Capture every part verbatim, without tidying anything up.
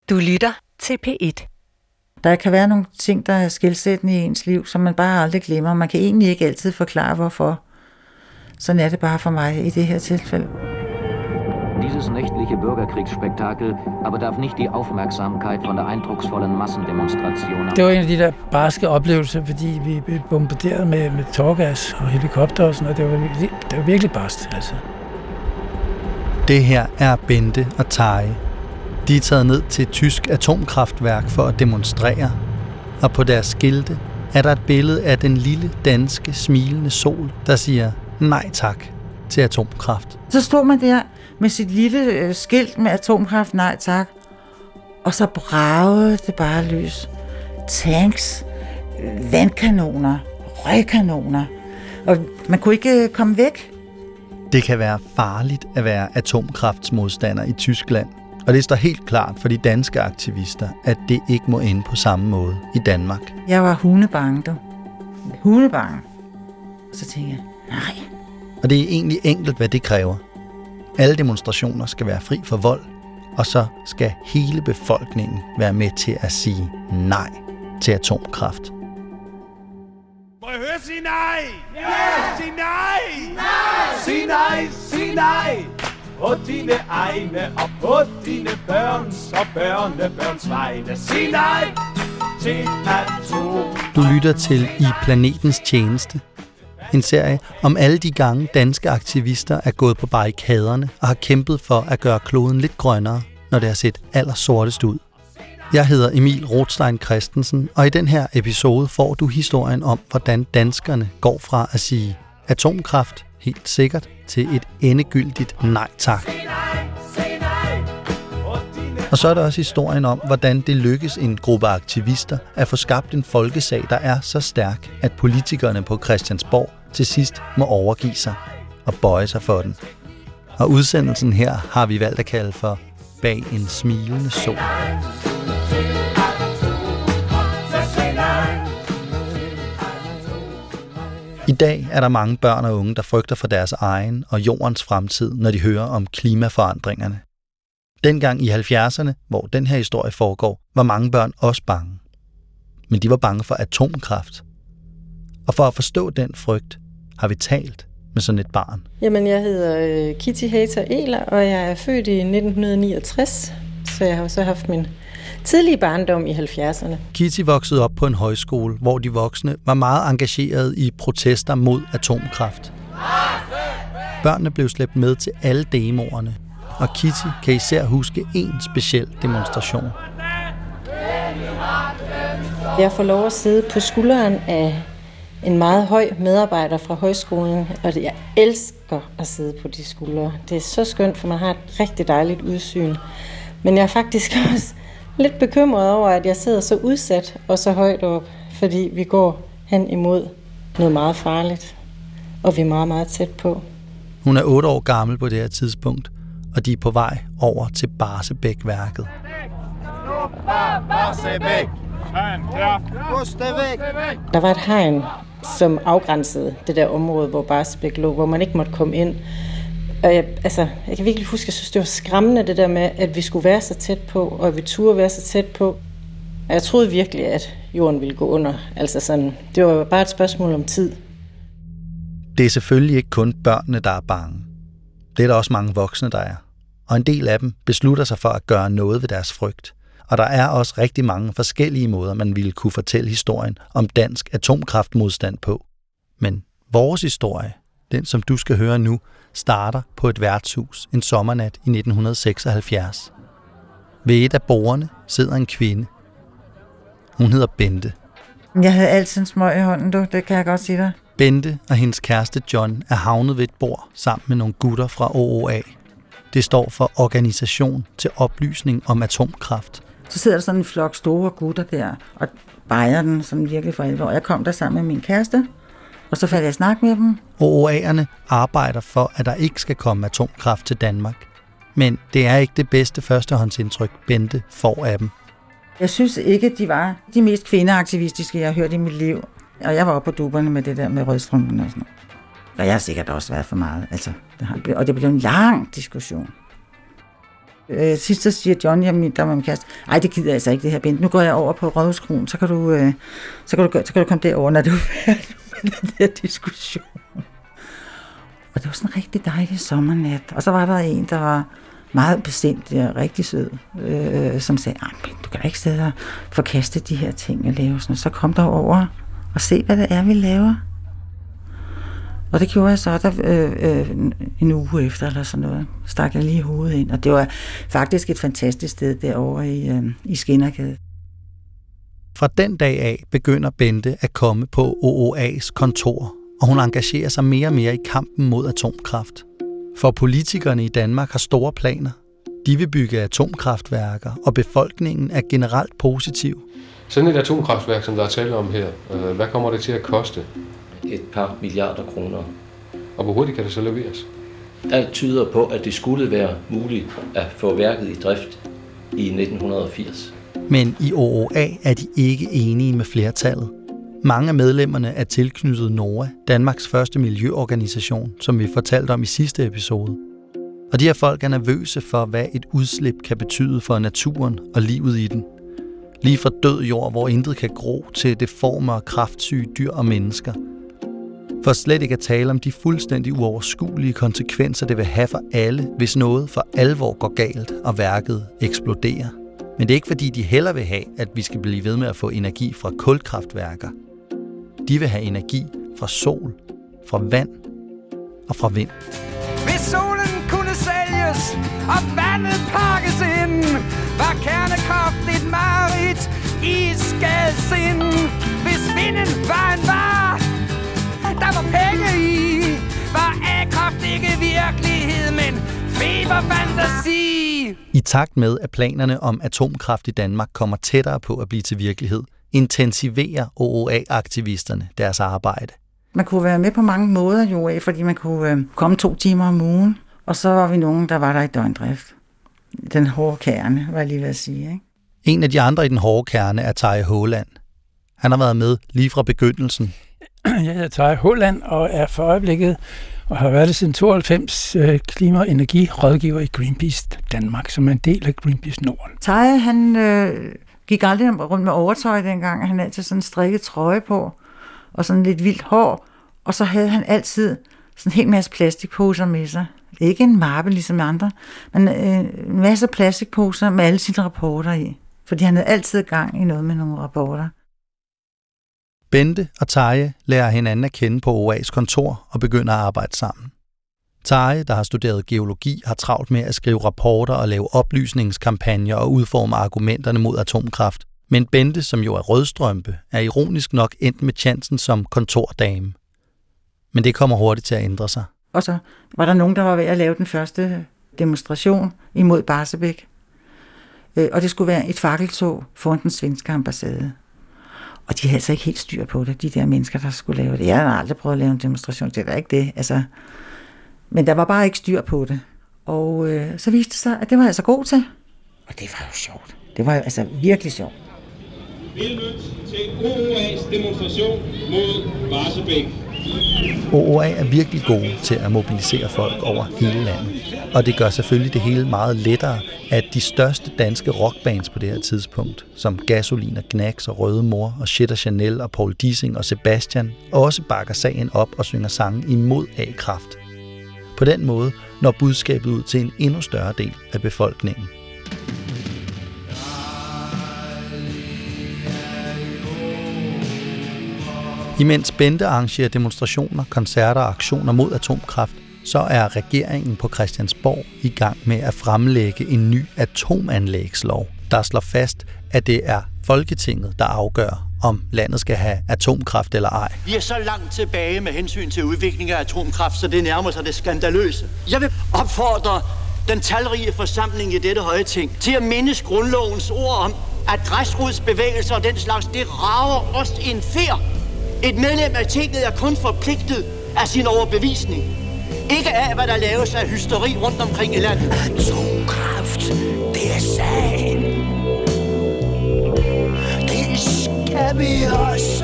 Du lytter til P et. Der kan være nogle ting, der er skelsættende i ens liv, som man bare aldrig glemmer. Man kan egentlig ikke altid forklare, hvorfor. Sådan er det bare for mig i det her tilfælde. Dieses nächtliche Bürgerkriegsspektakel aber darf nicht die Aufmerksamkeit von der eindrucksvollen Massendemonstration. Det var en af de der barske oplevelser, fordi vi blev bombarderet med, med tårgas og helikopter og sådan noget. Det var virkelig, det var virkelig barst, altså. Det her er Bente og Tarje. De er taget ned til et tysk atomkraftværk for at demonstrere, og på deres skilte er der et billede af den lille, danske, smilende sol, der siger nej tak til atomkraft. Så stod man der med sit lille skilt med atomkraft, nej tak, og så bragede det bare løs. Tanks, vandkanoner, røgkanoner, og man kunne ikke komme væk. Det kan være farligt at være atomkraftsmodstander i Tyskland, og det står helt klart for de danske aktivister, at det ikke må ende på samme måde i Danmark. Jeg var hundebange, du. Hundebange. Og så tænkte jeg, nej. Og det er egentlig enkelt, hvad det kræver. Alle demonstrationer skal være fri for vold, og så skal hele befolkningen være med til at sige nej til atomkraft. Må jeg høre sige nej? Ja! Sig nej! Nej! Sig nej! Sig nej! På dine egne og på dine børns og børnebørns vegne. Sig nej til atom. Du lytter til I Planetens Tjeneste. En serie om alle de gange danske aktivister er gået på barrikaderne og har kæmpet for at gøre kloden lidt grønnere, når det har set allersortest ud. Jeg hedder Emil Rothstein Christensen, og i den her episode får du historien om, hvordan danskerne går fra at sige atomkraft, helt sikkert, til et endegyldigt nej tak. Og så er der også historien om, hvordan det lykkes en gruppe aktivister at få skabt en folkesag, der er så stærk, at politikerne på Christiansborg til sidst må overgive sig og bøje sig for den. Og udsendelsen her har vi valgt at kalde for Bag en smilende sol. I dag er der mange børn og unge, der frygter for deres egen og jordens fremtid, når de hører om klimaforandringerne. Dengang i halvfjerdserne, hvor den her historie foregår, var mange børn også bange. Men de var bange for atomkraft. Og for at forstå den frygt, har vi talt med sådan et barn. Jamen, jeg hedder Kitty Hater Ehler, og jeg er født i nitten niogtres, så jeg har jo så haft min tidlige barndom i halvfjerdserne. Kitty voksede op på en højskole, hvor de voksne var meget engagerede i protester mod atomkraft. Børnene blev slæbt med til alle demoerne, og Kitty kan især huske én speciel demonstration. Jeg får lov at sidde på skulderen af en meget høj medarbejder fra højskolen, og jeg elsker at sidde på de skuldre. Det er så skønt, for man har et rigtig dejligt udsyn. Men jeg er faktisk også lidt bekymret over, at jeg sidder så udsat og så højt op, fordi vi går hen imod noget meget farligt, og vi er meget, meget tæt på. Hun er otte år gammel på det her tidspunkt, og de er på vej over til Barsebäck-værket. Barsebäck! Der var et hegn, som afgrænsede det der område, hvor Barsebäck lå, hvor man ikke måtte komme ind. Og jeg, altså, jeg kan virkelig huske, at jeg synes, det var skræmmende det der med, at vi skulle være så tæt på, og at vi turde være så tæt på. Og jeg troede virkelig, at jorden ville gå under. Altså sådan, det var bare et spørgsmål om tid. Det er selvfølgelig ikke kun børnene, der er bange. Det er der også mange voksne, der er. Og en del af dem beslutter sig for at gøre noget ved deres frygt. Og der er også rigtig mange forskellige måder, man ville kunne fortælle historien om dansk atomkraftmodstand på. Men vores historie, den som du skal høre nu, starter på et værtshus en sommernat i nitten seksoghalvfjerds. Ved et af bordene sidder en kvinde. Hun hedder Bente. Jeg havde altid en smøg i hånden, du. Det kan jeg godt sige dig. Bente og hendes kæreste John er havnet ved et bord sammen med nogle gutter fra O O A. Det står for Organisation til Oplysning om Atomkraft. Så sidder der sådan en flok store gutter der og bejer den sådan virkelig for alvor. Jeg kom der sammen med min kæreste, og så faldt jeg snak med dem. O O A'erne arbejder for, at der ikke skal komme atomkraft til Danmark. Men det er ikke det bedste førstehåndsindtryk, Bente får af dem. Jeg synes ikke, de var de mest kvindeaktivistiske, jeg har hørt i mit liv. Og jeg var oppe på duberne med det der med rødstrømpen og sådan noget. Og jeg har sikkert også været for meget. Altså, det har, og det blev en lang diskussion. Øh, sidst så siger John, jamen, der var min kæreste, ej, det gider jeg altså ikke, det her Bente. Nu går jeg over på Rådhuskroen, så kan du, øh, så kan du, så kan du komme derover, når du er færdig med den der diskussion. Og det var sådan en rigtig dejlig sommernat. Og så var der en, der var meget besindig og rigtig sød, øh, som sagde, ej, du kan da ikke sidde og forkaste de her ting, jeg laver. Sådan. Så kom der over og se, hvad det er, vi laver. Og det gjorde jeg så der, øh, øh, en uge efter, eller sådan noget. Stak jeg lige hovedet ind, og det var faktisk et fantastisk sted derovre i, øh, i Skinnergade. Fra den dag af begynder Bente at komme på O O A's kontor, og hun engagerer sig mere og mere i kampen mod atomkraft. For politikerne i Danmark har store planer. De vil bygge atomkraftværker, og befolkningen er generelt positiv. Sådan et atomkraftværk, som der er tale om her, hvad kommer det til at koste? Et par milliarder kroner. Og hvor hurtigt kan det så leveres? Alt tyder på, at det skulle være muligt at få værket i drift i nitten firs. Men i O O A er de ikke enige med flertallet. Mange af medlemmerne er tilknyttet NOAH, Danmarks første miljøorganisation, som vi fortalte om i sidste episode. Og de her folk er nervøse for, hvad et udslip kan betyde for naturen og livet i den. Lige fra død jord, hvor intet kan gro, til deforme og kraftsyge dyr og mennesker. For slet ikke at tale om de fuldstændig uoverskuelige konsekvenser, det vil have for alle, hvis noget for alvor går galt og værket eksploderer. Men det er ikke fordi, de heller vil have, at vi skal blive ved med at få energi fra kulkraftværker. De vil have energi fra sol, fra vand og fra vind. Hvis solen kunne sælges og vandet pakkes ind, var kernekraft et mareridt i skadsind. Hvis vinden var en vare, der var penge i, var A-kraft ikke virkelighed, men feberfantasi. I takt med, at planerne om atomkraft i Danmark kommer tættere på at blive til virkelighed, intensiverer O O A-aktivisterne deres arbejde. Man kunne være med på mange måder jo, fordi man kunne øh, komme to timer om ugen, og så var vi nogen, der var der i døgndrift. Den hårde kerne, var jeg lige ved at sige. Ikke? En af de andre i den hårde kerne er Terje Håland. Han har været med lige fra begyndelsen. Jeg hedder Terje Håland og er for øjeblikket, og har været det siden tooghalvfems, klima- og energirådgiver i Greenpeace Danmark, som er en del af Greenpeace Norden. Terje, han øh, gik aldrig rundt med overtøj dengang. Han havde altid sådan en strikket trøje på, og sådan lidt vildt hår. Og så havde han altid sådan en hel masse plastikposer med sig. Ikke en mappe ligesom andre, men øh, en masse plastikposer med alle sine rapporter i. Fordi han havde altid gang i noget med nogle rapporter. Bente og Terje lærer hinanden at kende på O A's kontor og begynder at arbejde sammen. Terje, der har studeret geologi, har travlt med at skrive rapporter og lave oplysningskampagner og udforme argumenterne mod atomkraft. Men Bente, som jo er rødstrømpe, er ironisk nok endt med chancen som kontordame. Men det kommer hurtigt til at ændre sig. Og så var der nogen, der var ved at lave den første demonstration imod Barsebäck. Og det skulle være et fakkeltog foran den svenske ambassade. Og de havde altså ikke helt styr på det, de der mennesker, der skulle lave det. Jeg har aldrig prøvet at lave en demonstration, det er ikke det. Altså, men der var bare ikke styr på det. Og øh, så viste det sig, at det var jeg altså god til. Og det var jo sjovt. Det var jo altså virkelig sjovt. Velmødt til O O A's demonstration mod Barsebäck. O O A er virkelig gode til at mobilisere folk over hele landet. Og det gør selvfølgelig det hele meget lettere, at de største danske rockbands på det her tidspunkt, som Gasolin og Gnags og Røde Mor og Shit og Chanel og Paul Dissing og Sebastian, også bakker sagen op og synger sange imod A-kraft. På den måde når budskabet ud til en endnu større del af befolkningen. Imens Bente arrangerer demonstrationer, koncerter og aktioner mod atomkraft, så er regeringen på Christiansborg i gang med at fremlægge en ny atomanlægslov, der slår fast, at det er Folketinget, der afgør, om landet skal have atomkraft eller ej. Vi er så langt tilbage med hensyn til udvikling af atomkraft, så det nærmer sig det skandaløse. Jeg vil opfordre den talrige forsamling i dette høje ting til at mindes grundlovens ord om, at græsrodsbevægelser og den slags, det rager os en fær. Et medlem af tinget er kun forpligtet af sin overbevisning. Ikke af, hvad der laves af hysteri rundt omkring i landet. Atomkraft, det er sagen. Det skal vi også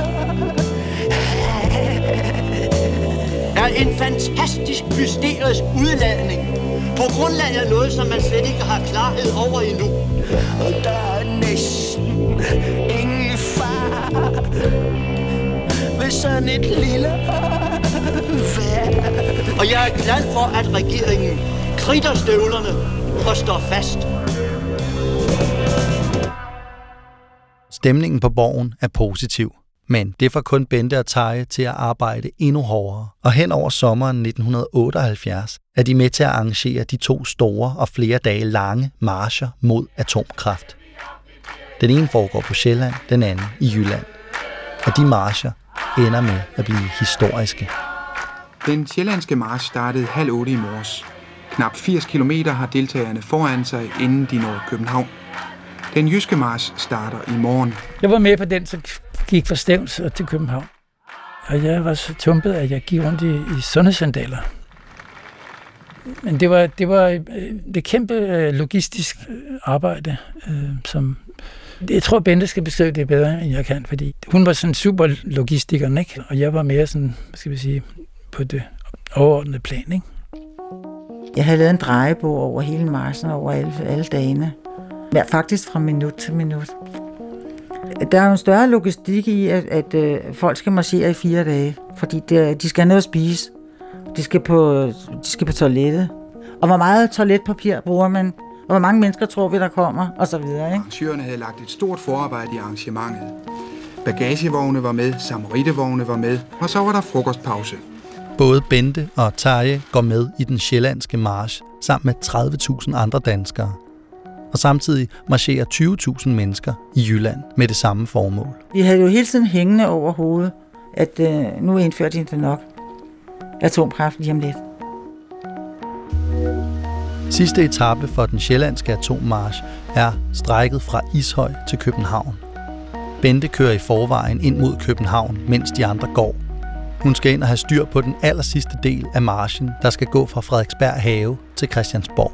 er en fantastisk hysterisk udladning På grundlag af noget, som man slet ikke har klarhed over endnu. Og der er næsten ingen far ved sådan et lille vejr. Og jeg er glad for, at regeringen kridter støvlerne og står fast. Stemningen på Borgen er positiv, men det får kun Bente og Tarje til at arbejde endnu hårdere. Og hen over sommeren nitten otteoghalvfjerds er de med til at arrangere de to store og flere dage lange marcher mod atomkraft. Den ene foregår på Sjælland, den anden i Jylland. Og de marcher ender med at blive historiske. Den sjællandske march startede halv otte i morges. Knap firs kilometer har deltagerne foran sig, inden de når København. Den jyske march starter i morgen. Jeg var med på den, så gik fra Stevns til København. Og jeg var så tumpet, at jeg gik rundt i, i sundhedssandaler. Men det var, det var det kæmpe logistisk arbejde, øh, som jeg tror, Bente skal beskrive det bedre, end jeg kan, fordi hun var sådan super logistikeren, ikke? Og jeg var mere sådan, hvad skal vi sige, på det overordnede plan, ikke? Jeg havde lavet en drejebog over hele marchen, over alle, alle dagene. Ja, faktisk fra minut til minut. Der er jo en større logistik i, at, at, at folk skal marchere i fire dage, fordi det, de skal have noget at spise. De skal, på, de skal på toilettet. Og hvor meget toiletpapir bruger man? Og hvor mange mennesker tror vi, der kommer? Og så videre, ikke? Arrangørerne havde lagt et stort forarbejde i arrangementet. Bagagevogne var med, samuritevogne var med, og så var der frokostpause. Både Bente og Tarje går med i den sjællandske march sammen med tredive tusind andre danskere. Og samtidig marcherer tyve tusind mennesker i Jylland med det samme formål. Vi havde jo hele tiden hængende over hovedet, at øh, nu indførte de det nok. Atomkraft lige om lidt. Sidste etape for den sjællandske atommarch er strækket fra Ishøj til København. Bente kører i forvejen ind mod København, mens de andre går. Hun skal ind og have styr på den aller sidste del af marchen, der skal gå fra Frederiksberg Have til Christiansborg.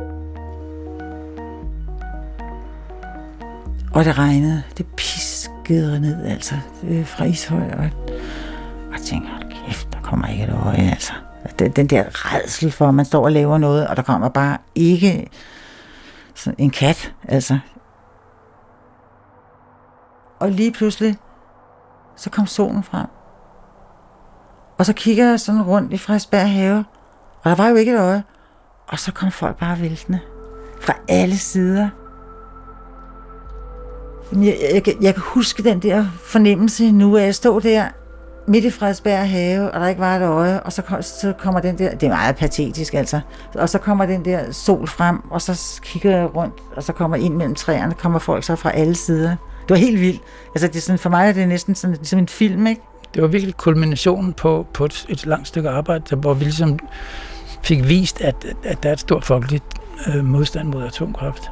Og det regnede. Det piskede ned, altså, fra Ishøj. Og jeg tænkte, hold kæft, der kommer ikke et øje, altså. Den, den der rædsel for, at man står og laver noget, og der kommer bare ikke sådan en kat, altså. Og lige pludselig, så kom solen frem. Og så kigger jeg sådan rundt i Frederiksberg Have, og der var jo ikke et øje. Og så kom folk bare væltende fra alle sider. Jeg, jeg, jeg kan huske den der fornemmelse nu, at jeg stod der midt i Frederiksberg Have, og der ikke var et øje, og så, kom, så kommer den der, det er meget patetisk altså, og så kommer den der sol frem, og så kigger jeg rundt, og så kommer ind mellem træerne, kommer folk så fra alle sider. Det var helt vildt. Altså det er sådan, for mig er det næsten sådan, som en film, ikke? Det var virkelig kulminationen på, på et, et langt stykke arbejde, hvor vi ligesom fik vist, at, at der er et stort folkeligt øh, modstand mod atomkraft.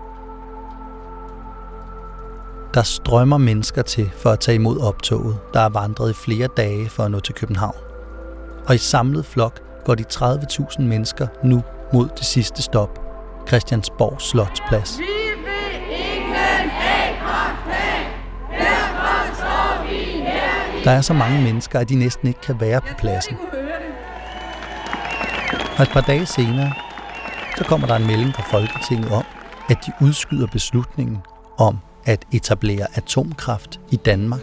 Der strømmer mennesker til for at tage imod optoget, der er vandret i flere dage for at nå til København. Og i samlet flok går de tredive tusind mennesker nu mod det sidste stop, Christiansborg Slotsplads. Vi vil ingen atomkraft. Derfor står vi her. Der er så mange mennesker, at de næsten ikke kan være på pladsen. Og et par dage senere, så kommer der en melding fra Folketinget om, at de udskyder beslutningen om at etablere atomkraft i Danmark.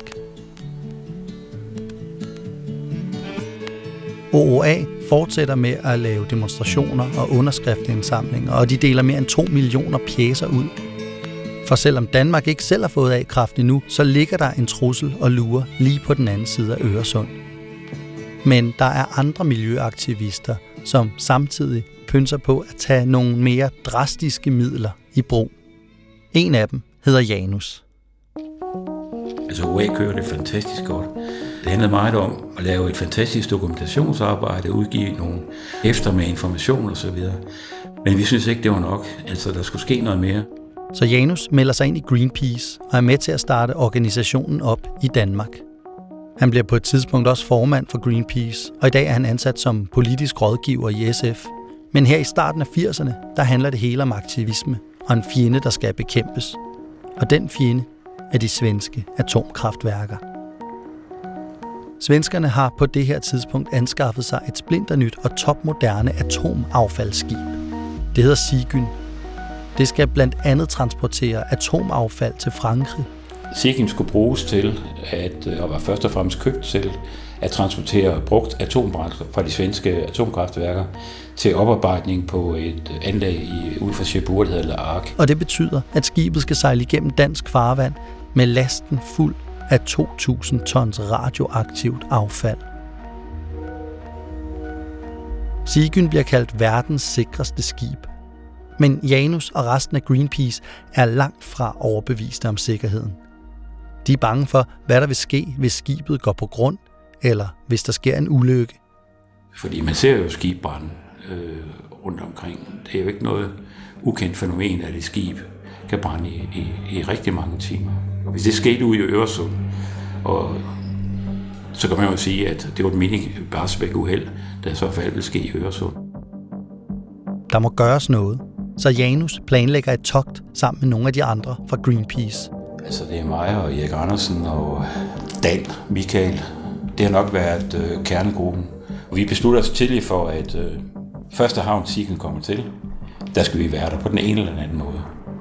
O O A fortsætter med at lave demonstrationer og underskriftsindsamlinger, og de deler mere end to millioner pjecer ud. For selvom Danmark ikke selv har fået A-kraft endnu, så ligger der en trussel og lurer lige på den anden side af Øresund. Men der er andre miljøaktivister, som samtidig pynser på at tage nogle mere drastiske midler i brug. En af dem hedder Janus. Altså O A kører det fantastisk godt. Det handler meget om at lave et fantastisk dokumentationsarbejde, udgive nogle efter med information og så videre. Men vi synes ikke, det var nok. Altså, der skulle ske noget mere. Så Janus melder sig ind i Greenpeace og er med til at starte organisationen op i Danmark. Han bliver på et tidspunkt også formand for Greenpeace, og i dag er han ansat som politisk rådgiver i S F. Men her i starten af firserne, der handler det hele om aktivisme og en fjende, der skal bekæmpes. Og den fjende er de svenske atomkraftværker. Svenskerne har på det her tidspunkt anskaffet sig et splinternyt og topmoderne atomaffaldsskib. Det hedder Sigyn. Det skal blandt andet transportere atomaffald til Frankrig. Sigyn skulle bruges til, at, og var først og fremmest købt til, at transportere brugt atombrændstof fra de svenske atomkraftværker til oparbejdning på et anlæg i, ude for Cherbourg, der hedder Ark. Og det betyder, at skibet skal sejle igennem dansk farvand med lasten fuld af to tusind tons radioaktivt affald. Sigyn bliver kaldt verdens sikreste skib. Men Janus og resten af Greenpeace er langt fra overbeviste om sikkerheden. De er bange for, hvad der vil ske, hvis skibet går på grund, eller hvis der sker en ulykke. Fordi man ser jo skibbranden øh, rundt omkring. Det er jo ikke noget ukendt fænomen, at et skib kan brænde i, i, i rigtig mange timer. Og hvis det skete ude i Øresund, og så kan man jo sige, at det var et mini-Barsebäck-uheld, der så fald vil ske i Øresund. Der må gøres noget, så Janus planlægger et togt sammen med nogle af de andre fra Greenpeace. Altså det er mig og Erik Andersen og Dan, Michael. Det har nok været øh, kernegruppen. Og vi beslutter os tidligt for, at øh, første havn Sigyn kommer til, der skal vi være der på den ene eller den anden måde.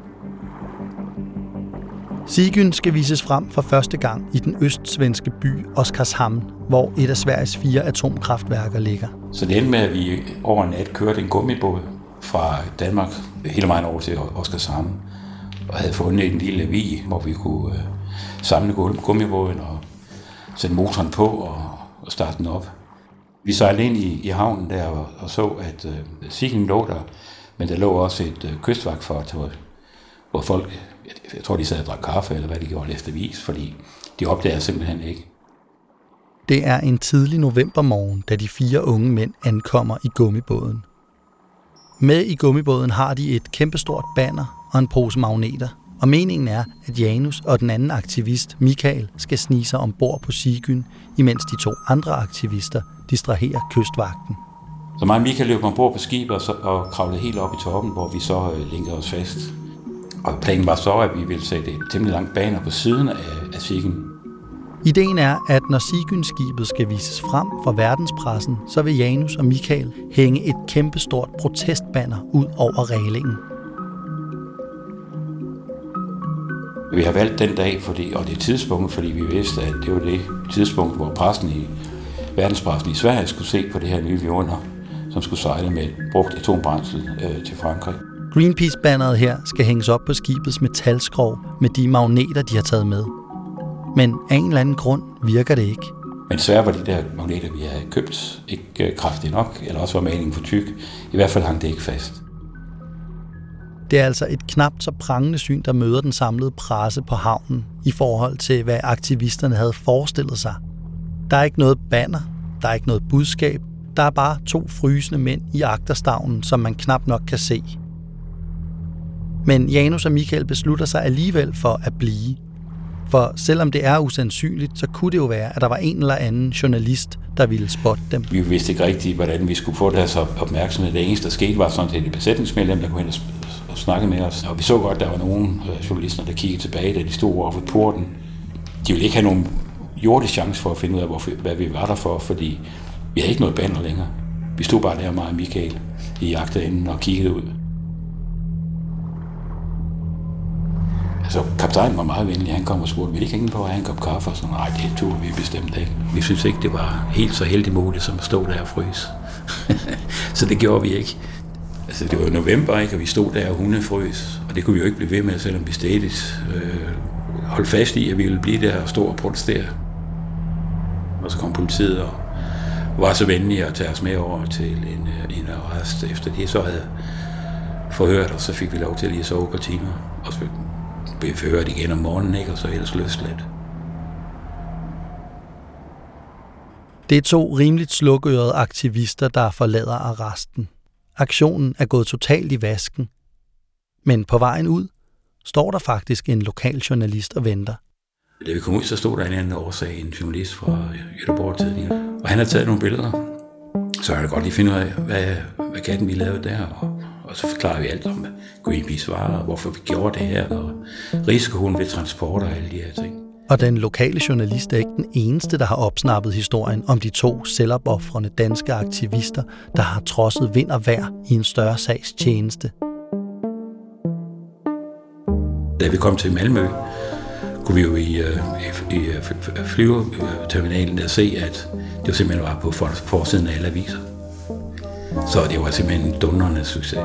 Sigyn skal vises frem for første gang i den østsvenske by Oskarshamn, hvor et af Sveriges fire atomkraftværker ligger. Så det endte med, at vi over en nat kørte en gummibåd fra Danmark hele vejen over til Oskarshamn, og havde fundet en lille vig, hvor vi kunne øh, samle gummibåden og sætte motoren på og, og starte den op. Vi sejlede ind i, i havnen der og, og så, at øh, Sigyn lå der, men der lå også et øh, kystvagtfartøj, hvor folk, jeg, jeg tror de sad og drak kaffe eller hvad de gjorde, og læste avis, fordi de opdager simpelthen ikke. Det er en tidlig novembermorgen, da de fire unge mænd ankommer i gummibåden. Med i gummibåden har de et kæmpestort banner og en pose magneter, og meningen er, at Janus og den anden aktivist, Michael, skal snige sig ombord på Sigyn, imens de to andre aktivister distraherer kystvagten. Så mig og Michael løb ombord på skibet og, så, og kravlede helt op i toppen, hvor vi så øh, linkede os fast. Og planen var så, at vi ville sætte et temmelig langt banner på siden af, af Sigyn. Ideen er, at når Sigyn-skibet skal vises frem for verdenspressen, så vil Janus og Michael hænge et kæmpestort protestbanner ud over reglingen. Vi har valgt den dag, fordi, og det tidspunkt, fordi vi vidste, at det var det tidspunkt, hvor pressen i, verdenspressen i Sverige skulle se på det her nye vidunder, som skulle sejle med brugt atombrændsel øh, til Frankrig. Greenpeace-banneret her skal hænges op på skibets metalskrog med de magneter, de har taget med. Men af en eller anden grund virker det ikke. Men desværre var de der magneter, vi havde købt, ikke kraftige nok, eller også var malingen for tyk. I hvert fald hang det ikke fast. Det er altså et knapt så prangende syn, der møder den samlede presse på havnen i forhold til, hvad aktivisterne havde forestillet sig. Der er ikke noget banner, der er ikke noget budskab, der er bare to frysende mænd i agterstavnen, som man knap nok kan se. Men Janus og Michael beslutter sig alligevel for at blive. For selvom det er usandsynligt, så kunne det jo være, at der var en eller anden journalist, der ville spotte dem. Vi vidste ikke rigtigt, hvordan vi skulle få deres opmærksomhed. Det eneste, der skete, var sådan set et besætningsmedlem, der kunne hen og snakke med os. Og vi så godt, at der var nogle journalister, der kiggede tilbage, da de stod over ved porten. De ville ikke have nogen jordisk chance for at finde ud af, hvorfor, hvad vi var der for, fordi vi havde ikke noget banner længere. Vi stod bare der, mig og Michael, i jagtenden og kiggede ud. Altså, kaptajnen var meget venlig. Han kom og spurgte, vil I ikke hænge på at have en kop kaffe? Og så, nej, det tog vi bestemt ikke. Vi synes ikke, det var helt så heldigt muligt, som at stå der og fryse. Så det gjorde vi ikke. Altså, det var november, ikke? Og vi stod der og hundefrøs. Og det kunne vi jo ikke blive ved med, selvom vi stadigt øh, holdt fast i, at vi ville blive der og stå og protestere. Og så kom politiet og var så venlige at tage os med over til en, en arrest, efter de så havde forhørt, og så fik vi lov til at lige sove på timer. Og så blev vi forhørt igen om morgenen, ikke? Og så ellers løsladt. Det er to rimeligt slukørede aktivister, der forlader arresten. Aktionen er gået totalt i vasken. Men på vejen ud står der faktisk en lokal journalist og venter. Da vi kom ud, så stod der en anden årsag, en journalist fra Göteborg-tidningen. Og han har taget nogle billeder. Så jeg kan godt lige finde ud af, hvad, hvad katten vi lavede der. Og, og så forklarer vi alt om, hvad Greenpeace var, og hvorfor vi gjorde det her, og risikoen ved transport og alle de her ting. Og den lokale journalist er ikke den eneste, der har opsnappet historien om de to selvopofrende danske aktivister, der har trodset vind og vejr i en større sags tjeneste. Da vi kom til Malmø, kunne vi jo i, i, i flyveterminalen der se, at det jo simpelthen var på forsiden af alle aviser. Så det var simpelthen en dundrende succes.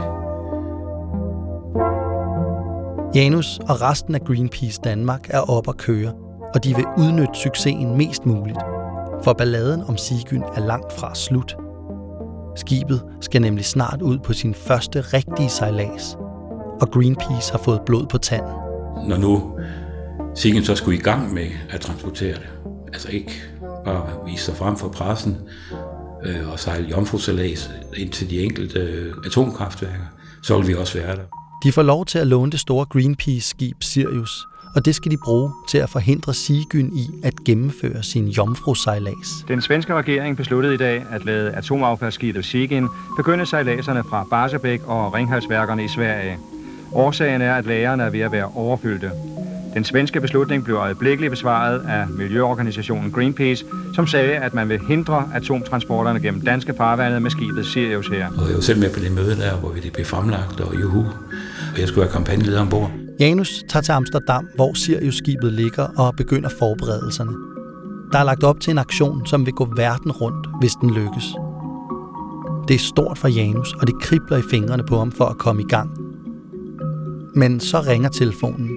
Janus og resten af Greenpeace Danmark er op at køre, og de vil udnytte succesen mest muligt. For balladen om Sigyn er langt fra slut. Skibet skal nemlig snart ud på sin første rigtige sejlads, og Greenpeace har fået blod på tanden. Når nu Sigyn så skulle i gang med at transportere det, altså ikke bare vise sig frem for pressen øh, og sejle jomfrusejlads ind til de enkelte øh, atomkraftværker, så vil vi også være der. De får lov til at låne det store Greenpeace-skib Sirius, og det skal de bruge til at forhindre Sigyn i at gennemføre sin jomfrusejlads. Den svenske regering besluttede i dag at lade atomaffaldsskibet Sigyn begynde sejladserne fra Barsebäck og Ringhalsværkerne i Sverige. Årsagen er, at lagrene er ved at være overfyldte. Den svenske beslutning blev øjeblikkeligt besvaret af miljøorganisationen Greenpeace, som sagde, at man vil hindre atomtransporterne gennem danske farvande med skibet Sirius her. Og jeg var selv med på det møde der, hvor det blev fremlagt, og juhu, og jeg skulle være kampagneleder ombord. Janus tager til Amsterdam, hvor Sirius-skibet ligger, og begynder forberedelserne. Der er lagt op til en aktion, som vil gå verden rundt, hvis den lykkes. Det er stort for Janus, og det kribler i fingrene på ham for at komme i gang. Men så ringer telefonen.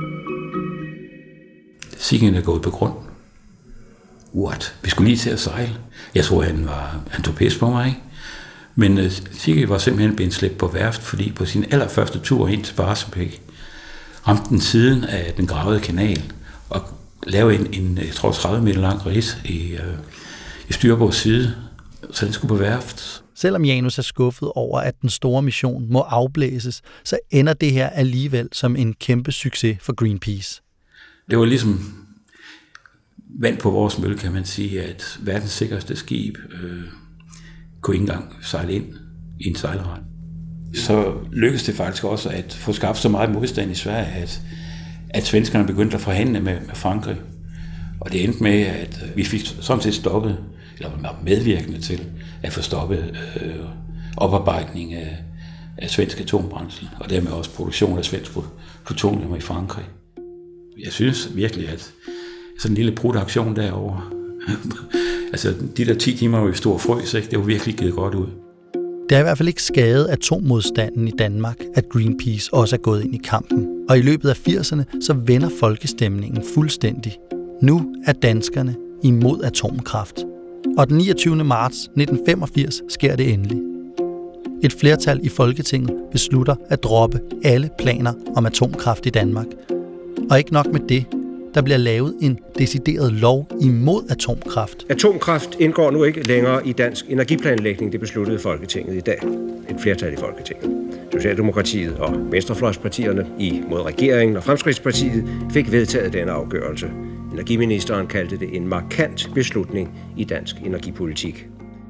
Sigyn er gået på grund. What? Vi skulle lige til at sejle. Jeg tror, han var han tog pis på mig, ikke? Men uh, Sigyn var simpelthen blevet slæbt på værft, fordi på sin allerførste tur ind til Barsebäck ramte den siden af den gravede kanal og lavede en, en jeg tror, tredive meter lang ridse i, uh, i styrbords side, så den skulle på værft. Selvom Janus er skuffet over, at den store mission må afblæses, så ender det her alligevel som en kæmpe succes for Greenpeace. Det var ligesom vand på vores mølle, kan man sige, at verdens sikreste skib øh, kunne ikke engang sejle ind i en sejlrand. Så lykkedes det faktisk også at få skabt så meget modstand i Sverige, at, at svenskerne begyndte at forhandle med, med Frankrig. Og det endte med, at vi fik sådan set stoppet, eller medvirkende til at få stoppet øh, oparbejdning af, af svensk atombrændsel, og dermed også produktion af svensk plutonium i Frankrig. Jeg synes virkelig, at sådan en lille brudaktion derovre, altså de der ti timer, hvor vi stod og frøs, ikke, det var virkelig givet godt ud. Det er i hvert fald ikke skadet atommodstanden i Danmark, at Greenpeace også er gået ind i kampen. Og i løbet af firserne, så vender folkestemningen fuldstændig. Nu er danskerne imod atomkraft. Og den niogtyvende marts nitten femogfirs sker det endelig. Et flertal i Folketinget beslutter at droppe alle planer om atomkraft i Danmark. Og ikke nok med det, der bliver lavet en decideret lov imod atomkraft. Atomkraft indgår nu ikke længere i dansk energiplanlægning, det besluttede Folketinget i dag. Et flertal i Folketinget. Socialdemokratiet og venstrefløjspartierne imod regeringen og Fremskridtspartiet fik vedtaget denne afgørelse. Energiministeren kaldte det en markant beslutning i dansk energipolitik.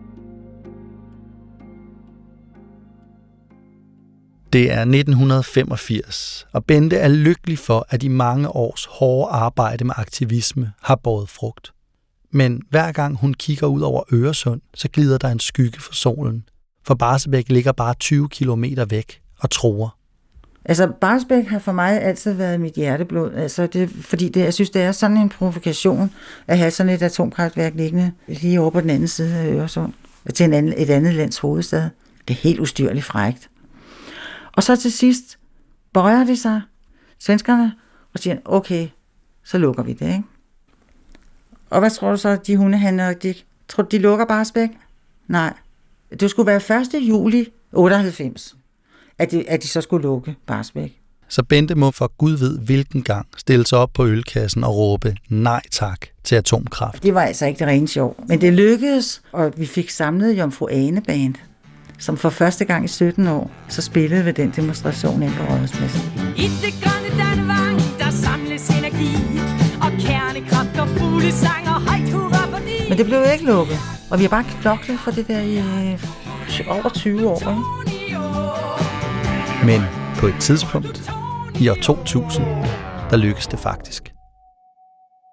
Det er nitten femogfirs, og Bente er lykkelig for, at de mange års hårde arbejde med aktivisme har båret frugt. Men hver gang hun kigger ud over Øresund, så glider der en skygge for solen. For Barsebäck ligger bare tyve kilometer væk og truer. Altså, Barsebäck har for mig altid været mit hjerteblod, altså det, fordi det, jeg synes, det er sådan en provokation at have sådan et atomkraftværk liggende lige over på den anden side af Øresund, til en anden, et andet lands hovedstad. Det er helt ustyrligt frækt. Og så til sidst bøjer de sig, svenskerne, og siger, okay, så lukker vi det, ikke? Og hvad tror du så, de hundehandlere, de, tror du, de lukker Barsebäck? Nej. Det skulle være første juli otteoghalvfems, at de, at de så skulle lukke Barsebäck. Så Bente må for Gud ved hvilken gang stille sig op på ølkassen og råbe nej tak til atomkraft. Det var altså ikke det rene sjov. Men det lykkedes, og vi fik samlet Jomfru Ane Band, som for første gang i sytten år, så spillede ved den demonstration ind på Rådhuspladsen. I det grønne Dannevang, der samles energi, og kernekraft og fuglesang og højt hurra for de. Men det blev ikke lukket, og vi har bare knoklet for det der i øh, over tyve år. Ikke? Men på et tidspunkt, i år to tusind, der lykkes det faktisk.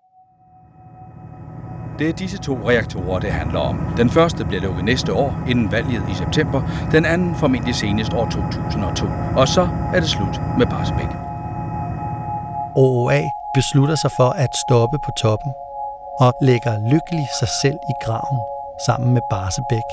Det er disse to reaktorer, det handler om. Den første bliver lukket næste år, inden valget i september. Den anden formentlig senest år to tusind og to. Og så er det slut med Barsebäck. O O A beslutter sig for at stoppe på toppen og lægger lykkelig sig selv i graven sammen med Barsebäck.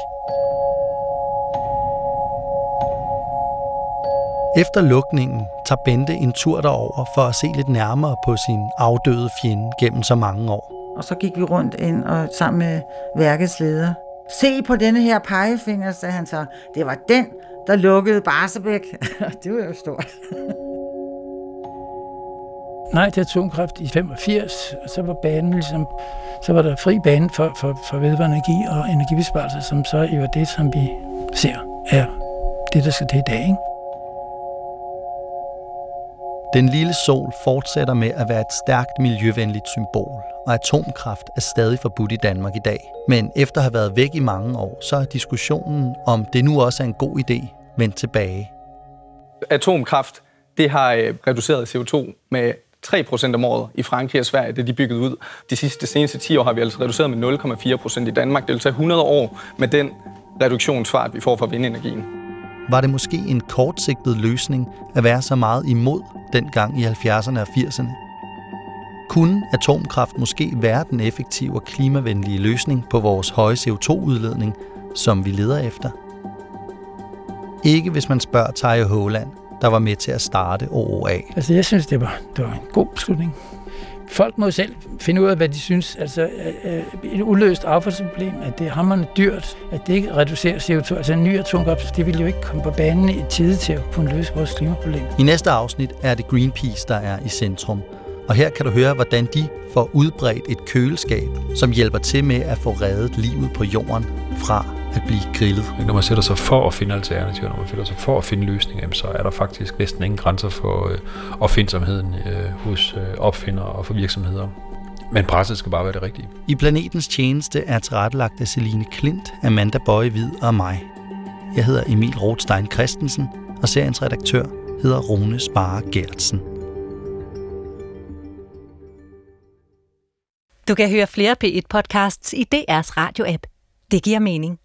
Efter lukningen tager Bente en tur derover for at se lidt nærmere på sin afdøde fjende gennem så mange år. Og så gik vi rundt ind og sammen med værkets leder. Se på denne her pegefinger, sagde han så. Det var den, der lukkede Barsebäck. Det var jo stort. Nej til atomkraft i femogfirs, og så var banen ligesom, så var der fri bane for, for, for vedvarende energi og energibesparelser, som så jo er det, som vi ser er det, der skal til i dag, ikke? Den lille sol fortsætter med at være et stærkt miljøvenligt symbol, og atomkraft er stadig forbudt i Danmark i dag. Men efter at have været væk i mange år, så er diskussionen om det nu også er en god idé vendt tilbage. Atomkraft, det har reduceret C O to med tre procent om året i Frankrig og Sverige, det de bygget ud. De sidste seneste ti år har vi altså reduceret med nul komma fire procent i Danmark. Det vil tage hundrede år med den reduktionsfart, vi får fra vindenergien. Var det måske en kortsigtet løsning at være så meget imod dengang i halvfjerdserne og firserne? Kunne atomkraft måske være den effektive og klimavenlige løsning på vores høje C O to udledning, som vi leder efter? Ikke hvis man spørger Terje Håland, der var med til at starte O O A. Altså jeg synes, det var, det var en god beslutning. Folk må selv finde ud af, hvad de synes. Altså et uløst affaldsproblem, at det er hamrende dyrt, at det ikke reducerer C O to. Altså en ny atomkraft, det vil jo ikke komme på banen i tide til at kunne løse vores klimaproblem. I næste afsnit er det Greenpeace, der er i centrum. Og her kan du høre, hvordan de får udbredt et køleskab, som hjælper til med at få reddet livet på jorden fra at blive grillet. Når man sætter sig for at finde alternativer, når man sætter sig for at finde løsninger, så er der faktisk næsten ingen grænser for øh, opfindsomheden øh, hos øh, opfindere og for virksomheder. Men presset skal bare være det rigtige. I Planetens Tjeneste er tilrettelagt af Celine Klint, Amanda Bøje Hvid og mig. Jeg hedder Emil Rothstein Christensen, og seriens redaktør hedder Rune Sparre Gertsen. Du kan høre flere P et podcasts i D R's radio-app. Det giver mening.